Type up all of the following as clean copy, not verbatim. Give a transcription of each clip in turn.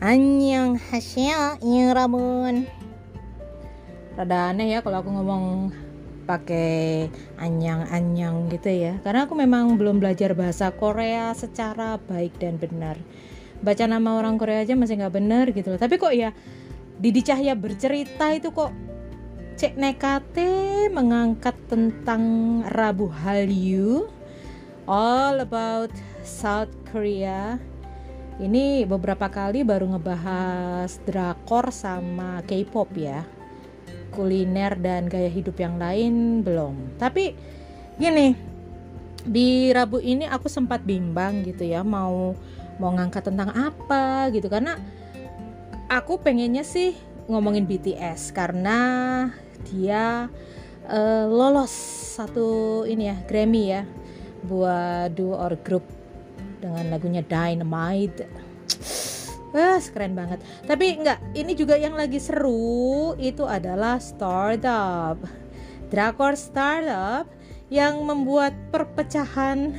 Annyeonghaseyo, Rabun. Rada aneh ya kalau aku ngomong pakai anyang gitu ya. Karena aku memang belum belajar bahasa Korea secara baik dan benar. Baca nama orang Korea aja masih nggak benar gitu loh. Tapi kok ya Didi Cahya bercerita itu kok cek nekate mengangkat tentang Rabu Hallyu, all about South Korea. Ini beberapa kali baru ngebahas drakor sama K-pop ya. Kuliner dan gaya hidup yang lain belum. Tapi gini, di Rabu ini aku sempat bimbang gitu ya, mau ngangkat tentang apa gitu, karena aku pengennya sih ngomongin BTS karena dia lolos satu ini ya, Grammy ya, buat duo or group dengan lagunya Dynamite. Keren banget. Tapi enggak, ini juga yang lagi seru itu adalah Startup, drakor Startup yang membuat perpecahan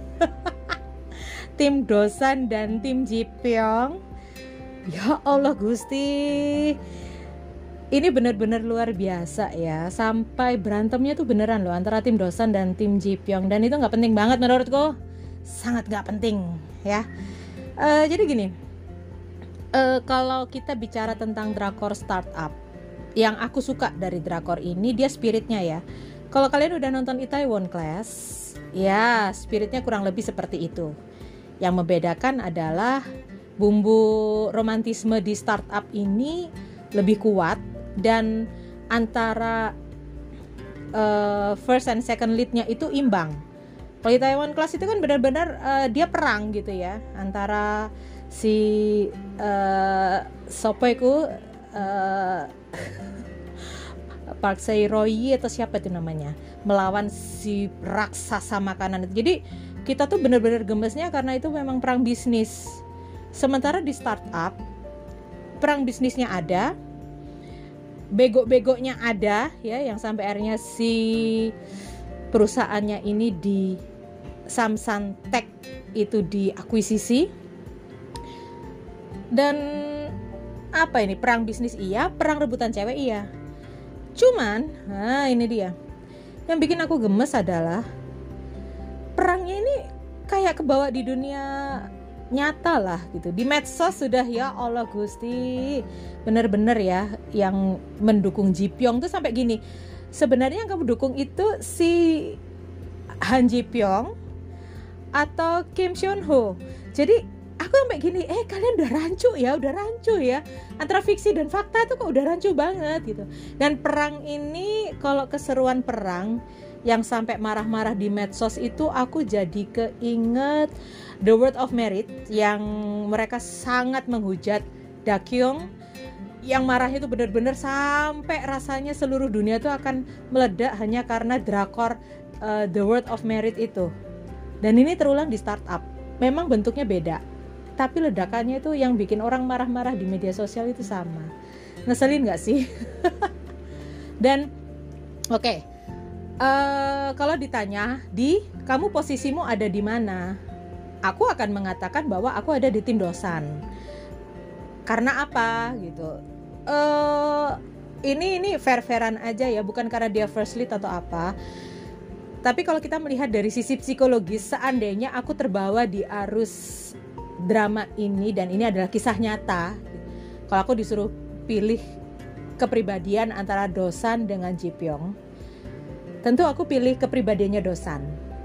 tim Dosan dan tim Jipyong. Ya Allah Gusti, ini benar-benar luar biasa ya, sampai berantemnya tuh beneran loh antara tim Dosan dan tim Jipyong, dan itu nggak penting banget menurutku, sangat nggak penting ya. Jadi gini, kalau kita bicara tentang drakor Startup, yang aku suka dari drakor ini dia spiritnya ya. Kalau kalian udah nonton Itaewon Class, ya spiritnya kurang lebih seperti itu. Yang membedakan adalah bumbu romantisme di Startup ini lebih kuat, dan antara first and second lead-nya itu imbang. Kalau Itaewon Class itu kan benar-benar dia perang gitu ya, antara si Sopoiku Park Se-royi atau siapa itu namanya, melawan si raksasa makanan itu. Jadi kita tuh benar-benar gemesnya karena itu memang perang bisnis. Sementara di Startup perang bisnisnya ada, bego-begonya ada ya, yang sampai akhirnya si perusahaannya ini di Samsung Tech itu diakuisisi. Dan apa ini, perang bisnis iya, perang rebutan cewek iya. Cuman, ini dia yang bikin aku gemes adalah perangnya ini kayak kebawa di dunia nyata lah gitu. Di medsos sudah, ya Allah Gusti, bener-bener ya yang mendukung Jipyong tuh sampai gini. Sebenarnya yang kamu dukung itu si Han Ji Pyong atau Kim Seon Ho. Jadi aku sampai gini, kalian udah rancu ya. Antara fiksi dan fakta tuh kok udah rancu banget gitu. Dan perang ini, kalau keseruan perang yang sampai marah-marah di medsos itu, aku jadi keinget The Word of Merit yang mereka sangat menghujat Dakyung, yang marah itu benar-benar sampai rasanya seluruh dunia tuh akan meledak hanya karena drakor The Word of Merit itu. Dan ini terulang di Startup. Memang bentuknya beda, tapi ledakannya itu yang bikin orang marah-marah di media sosial itu sama. Ngeselin gak sih? Dan oke. Kalau ditanya, kamu posisimu ada di mana? Aku akan mengatakan bahwa aku ada di tim Dosan. Karena apa gitu? Ini fair-fairan aja ya, bukan karena dia first lead atau apa. Tapi kalau kita melihat dari sisi psikologis, seandainya aku terbawa di arus drama ini, dan ini adalah kisah nyata, kalau aku disuruh pilih kepribadian antara Dosan dengan Jipyong, tentu aku pilih kepribadiannya Dosan.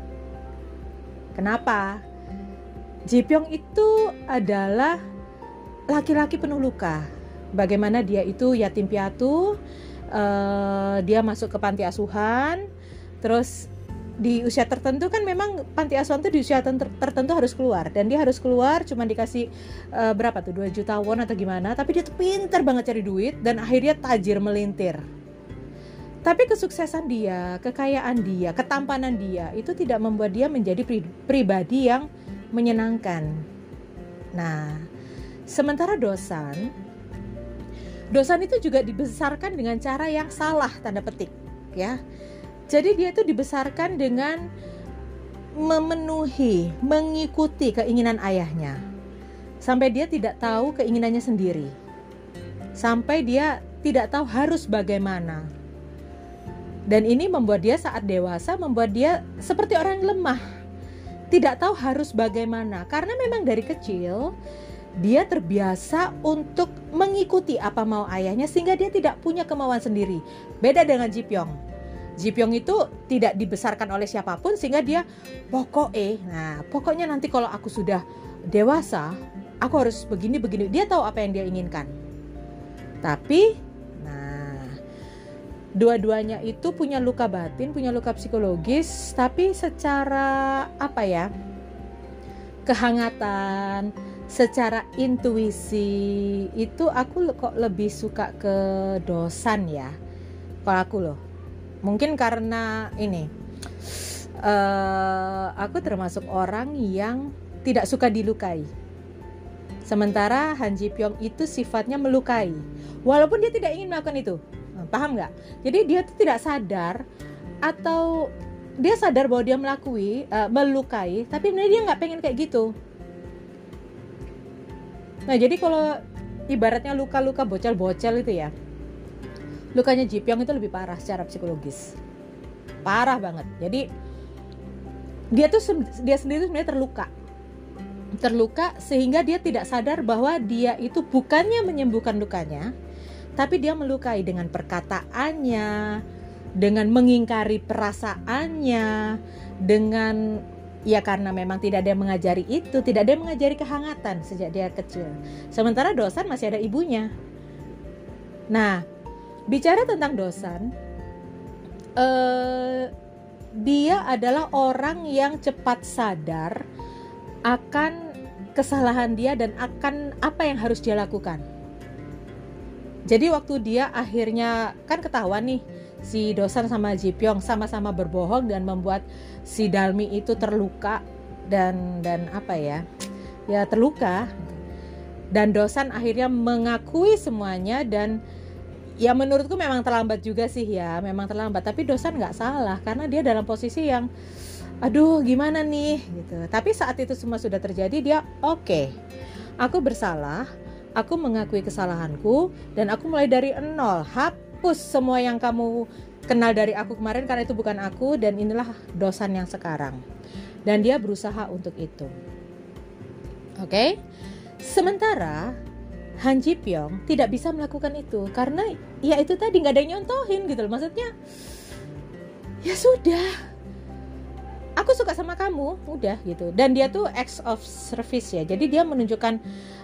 Kenapa? Jipyong itu adalah laki-laki penuh luka. Bagaimana dia itu yatim piatu, dia masuk ke panti asuhan, terus di usia tertentu kan memang panti asuhan tuh di usia tertentu harus keluar, dan dia harus keluar cuma dikasih berapa tuh, 2 juta won atau gimana, tapi dia tuh pintar banget cari duit dan akhirnya tajir melintir. Tapi kesuksesan dia, kekayaan dia, ketampanan dia itu tidak membuat dia menjadi pribadi yang menyenangkan. Nah, sementara Dosan itu juga dibesarkan dengan cara yang salah, tanda petik ya. Jadi dia itu dibesarkan dengan mengikuti keinginan ayahnya. sampai dia tidak tahu keinginannya sendiri, sampai dia tidak tahu harus bagaimana. Dan ini membuat dia saat dewasa, membuat dia seperti orang yang lemah, tidak tahu harus bagaimana, karena memang dari kecil dia terbiasa untuk mengikuti apa mau ayahnya, sehingga dia tidak punya kemauan sendiri. Beda dengan Ji Pyong. Ji Pyong itu tidak dibesarkan oleh siapapun, sehingga dia pokoknya nanti kalau aku sudah dewasa aku harus begini. Dia tahu apa yang dia inginkan. Tapi dua-duanya itu punya luka batin, punya luka psikologis, tapi secara kehangatan, secara intuisi itu aku kok lebih suka ke Dosan ya. Kalau aku loh, mungkin karena ini aku termasuk orang yang tidak suka dilukai. Sementara Han Ji Pyong itu sifatnya melukai, walaupun dia tidak ingin melakukan itu. Paham nggak? Jadi dia tuh tidak sadar, atau dia sadar bahwa dia melukai, tapi sebenarnya dia nggak pengen kayak gitu. Nah, jadi kalau ibaratnya luka-luka bocel-bocel itu ya, lukanya Ji Pyong itu lebih parah secara psikologis, parah banget. Jadi dia sendiri sebenarnya terluka sehingga dia tidak sadar bahwa dia itu bukannya menyembuhkan lukanya, tapi dia melukai dengan perkataannya, dengan mengingkari perasaannya, dengan karena memang tidak ada yang mengajari itu, tidak ada yang mengajari kehangatan sejak dia kecil. Sementara Dosan masih ada ibunya. Nah, bicara tentang Dosan, dia adalah orang yang cepat sadar akan kesalahan dia dan akan apa yang harus dia lakukan. Jadi waktu dia akhirnya kan ketahuan nih, si Dosan sama Ji Pyong sama-sama berbohong dan membuat si Dalmi itu terluka dan terluka. Dan Dosan akhirnya mengakui semuanya, dan ya menurutku memang terlambat juga sih ya, memang terlambat. Tapi Dosan nggak salah karena dia dalam posisi yang aduh gimana nih gitu. Tapi saat itu semua sudah terjadi, dia oke, aku bersalah, aku mengakui kesalahanku, dan aku mulai dari nol, hapus semua yang kamu kenal dari aku kemarin karena itu bukan aku, dan inilah Dosan yang sekarang. Dan dia berusaha untuk itu. Oke? Sementara Han Ji Pyong tidak bisa melakukan itu karena ya itu tadi nggak ada yang nyontohin gitu loh. Maksudnya ya sudah, aku suka sama kamu, udah gitu. Dan dia tuh acts of service ya. Jadi dia menunjukkan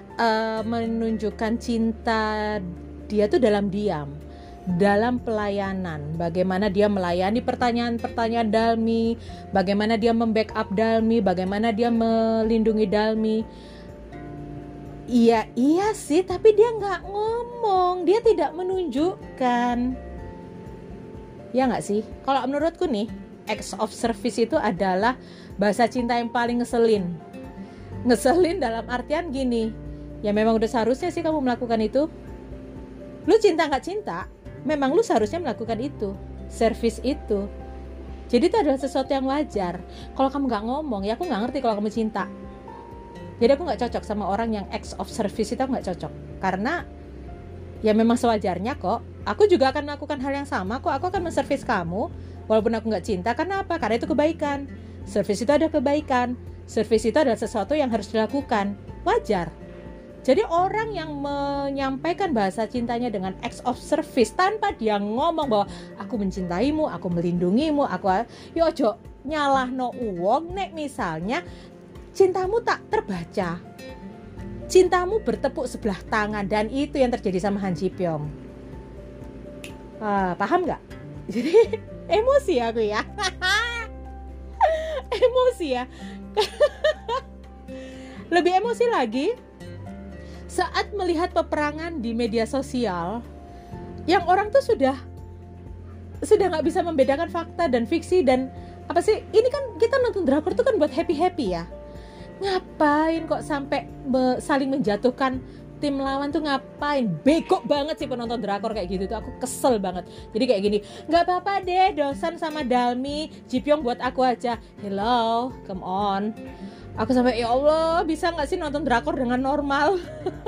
cinta dia tuh dalam diam, dalam pelayanan. Bagaimana dia melayani pertanyaan-pertanyaan Dalmi, bagaimana dia membackup Dalmi, bagaimana dia melindungi Dalmi. Iya sih, tapi dia nggak ngomong, dia tidak menunjukkan. Ya nggak sih? Kalau menurutku nih, acts of service itu adalah bahasa cinta yang paling ngeselin dalam artian gini, ya memang udah seharusnya sih kamu melakukan itu. Lu cinta gak cinta, memang lu seharusnya melakukan itu, service itu. Jadi itu adalah sesuatu yang wajar. Kalau kamu gak ngomong, ya aku gak ngerti kalau kamu cinta. Jadi aku gak cocok sama orang yang acts of service itu, aku gak cocok. Karena ya memang sewajarnya kok. Aku juga akan melakukan hal yang sama kok. Aku akan menservis kamu walaupun aku gak cinta. Karena apa? Karena itu kebaikan. Service itu ada kebaikan. Service itu adalah sesuatu yang harus dilakukan. Wajar. Jadi orang yang menyampaikan bahasa cintanya dengan acts of service tanpa dia ngomong bahwa aku mencintaimu, aku melindungimu, yo ojo nyalahno uwong nek misalnya cintamu tak terbaca. Cintamu bertepuk sebelah tangan, dan itu yang terjadi sama Han Ji Pyong. Paham nggak? Jadi emosi aku ya. Emosi ya. Lebih emosi lagi saat melihat peperangan di media sosial yang orang tuh sudah nggak bisa membedakan fakta dan fiksi. Dan apa sih, ini kan kita nonton drakor tuh kan buat happy ya. Ngapain kok sampai saling menjatuhkan tim lawan tuh, ngapain? Bego banget sih penonton drakor kayak gitu tuh, aku kesel banget. Jadi kayak gini, nggak apa-apa deh Dosan sama Dalmi, Ji Pyong buat aku aja. Hello, come on. Aku sampai ya Allah, bisa nggak sih nonton drakor dengan normal?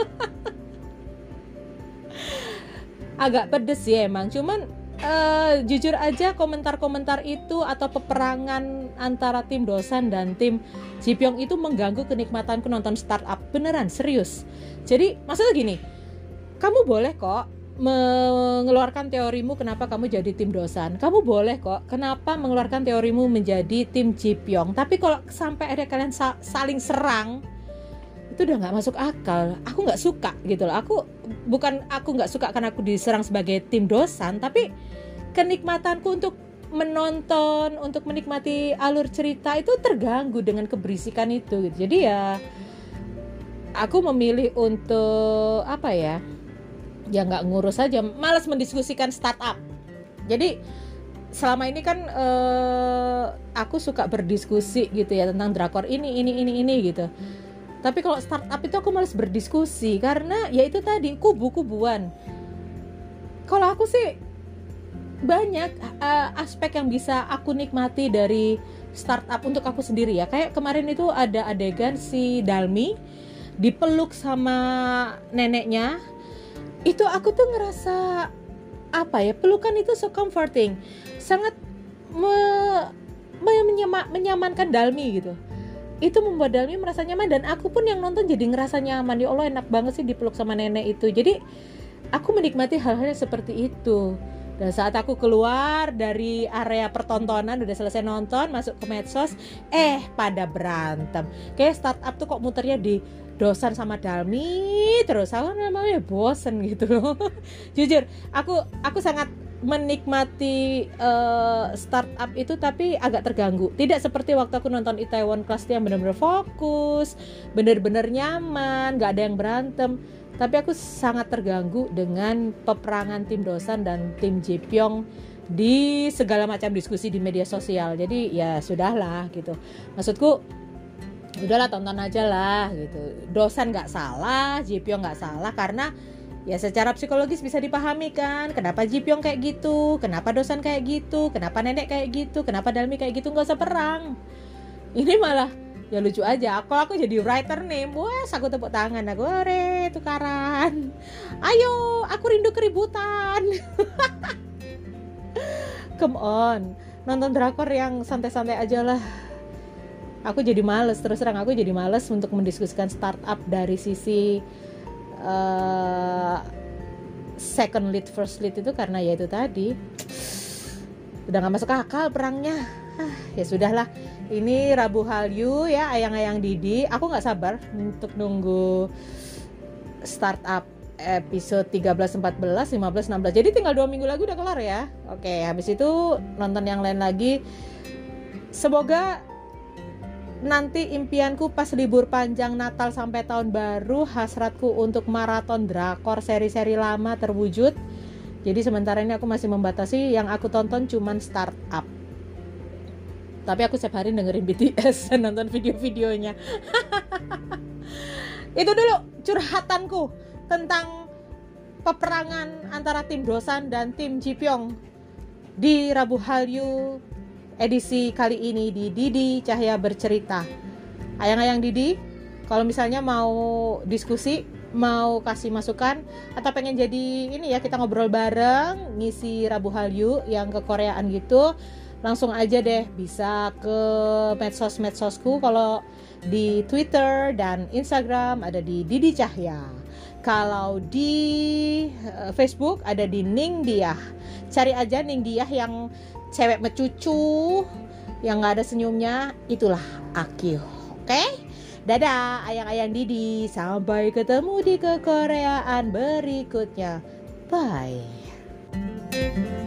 Agak pedes sih emang, cuman jujur aja komentar-komentar itu atau peperangan antara tim Dosan dan tim Ji Pyong itu mengganggu kenikmatanku nonton startup, beneran serius. Jadi maksudnya gini, kamu boleh kok mengeluarkan teorimu kenapa kamu jadi tim Dosan, kamu boleh kok kenapa mengeluarkan teorimu menjadi tim Ji Pyong, tapi kalau sampai ada kalian saling serang, itu udah nggak masuk akal. Aku nggak suka gitu loh. Aku nggak suka karena aku diserang sebagai tim Dosan, tapi kenikmatanku untuk menonton, untuk menikmati alur cerita itu terganggu dengan keberisikan itu gitu. Jadi ya aku memilih untuk apa ya nggak ngurus aja, malas mendiskusikan startup. Jadi selama ini kan aku suka berdiskusi gitu ya tentang drakor ini gitu. Tapi kalau startup itu aku malas berdiskusi karena ya itu tadi kubu-kubuan. Kalau aku sih banyak aspek yang bisa aku nikmati dari startup untuk aku sendiri ya. Kayak kemarin itu ada adegan si Dalmi dipeluk sama neneknya. Itu aku tuh ngerasa apa ya, pelukan itu so comforting, sangat menyamankan Dalmi gitu. Itu membuat Dalmi merasa nyaman dan aku pun yang nonton jadi ngerasa nyaman. Ya Allah, enak banget sih dipeluk sama nenek itu. Jadi aku menikmati hal-hal seperti itu. Dan saat aku keluar dari area pertontonan, udah selesai nonton, masuk ke medsos, pada berantem. Kayak startup tuh kok muternya di Dosan sama Dalmi terus, aku namanya bosen gitu loh. Jujur, aku sangat menikmati startup itu, tapi agak terganggu. Tidak seperti waktu aku nonton Itaewon Class yang benar-benar fokus, benar-benar nyaman, gak ada yang berantem. Tapi aku sangat terganggu dengan peperangan tim Dosan dan tim Ji Pyong di segala macam diskusi di media sosial. Jadi ya sudahlah gitu. Maksudku udahlah, tonton aja lah gitu. Dosan gak salah, Ji Pyong gak salah, karena ya secara psikologis bisa dipahami kan, kenapa Ji Pyong kayak gitu, kenapa Dosan kayak gitu, kenapa nenek kayak gitu, kenapa Dalmi kayak gitu. Gak usah perang. Ini malah ya lucu aja. Kalau aku jadi writer nih, wes aku tepuk tangan, aku tukaran. Ayo, aku rindu keributan. Come on, nonton drakor yang santai-santai aja lah. Aku jadi males, terus terang aku jadi males untuk mendiskusikan startup dari sisi second lead, first lead itu, karena ya itu tadi udah gak masuk akal perangnya. Ya sudahlah, ini Rabu Hallyu ya, ayang-ayang Didi. Aku gak sabar untuk nunggu startup episode 13, 14, 15, 16. Jadi tinggal 2 minggu lagi udah kelar ya. Oke, habis itu nonton yang lain lagi. Semoga nanti impianku pas libur panjang Natal sampai tahun baru, hasratku untuk maraton drakor seri-seri lama terwujud. Jadi sementara ini aku masih membatasi, yang aku tonton cuman startup. Tapi aku setiap hari dengerin BTS dan nonton video-videonya. Itu dulu curhatanku tentang peperangan antara tim Dosan dan tim Ji Pyong di Rabu Hallyu edisi kali ini di Didi Cahya Bercerita. Ayang-ayang Didi, kalau misalnya mau diskusi, mau kasih masukan, atau pengen jadi ini ya, kita ngobrol bareng ngisi Rabu Hallyu yang kekoreaan gitu, langsung aja deh bisa ke medsos-medsosku. Kalau di Twitter dan Instagram ada di Didi Cahya. Kalau di Facebook ada di Ning Diah. Cari aja Ning Diah yang cewek mecucu, yang gak ada senyumnya, itulah Akyu. Oke? Dadah ayang-ayang Didi, sampai ketemu di kekoreaan berikutnya. Bye.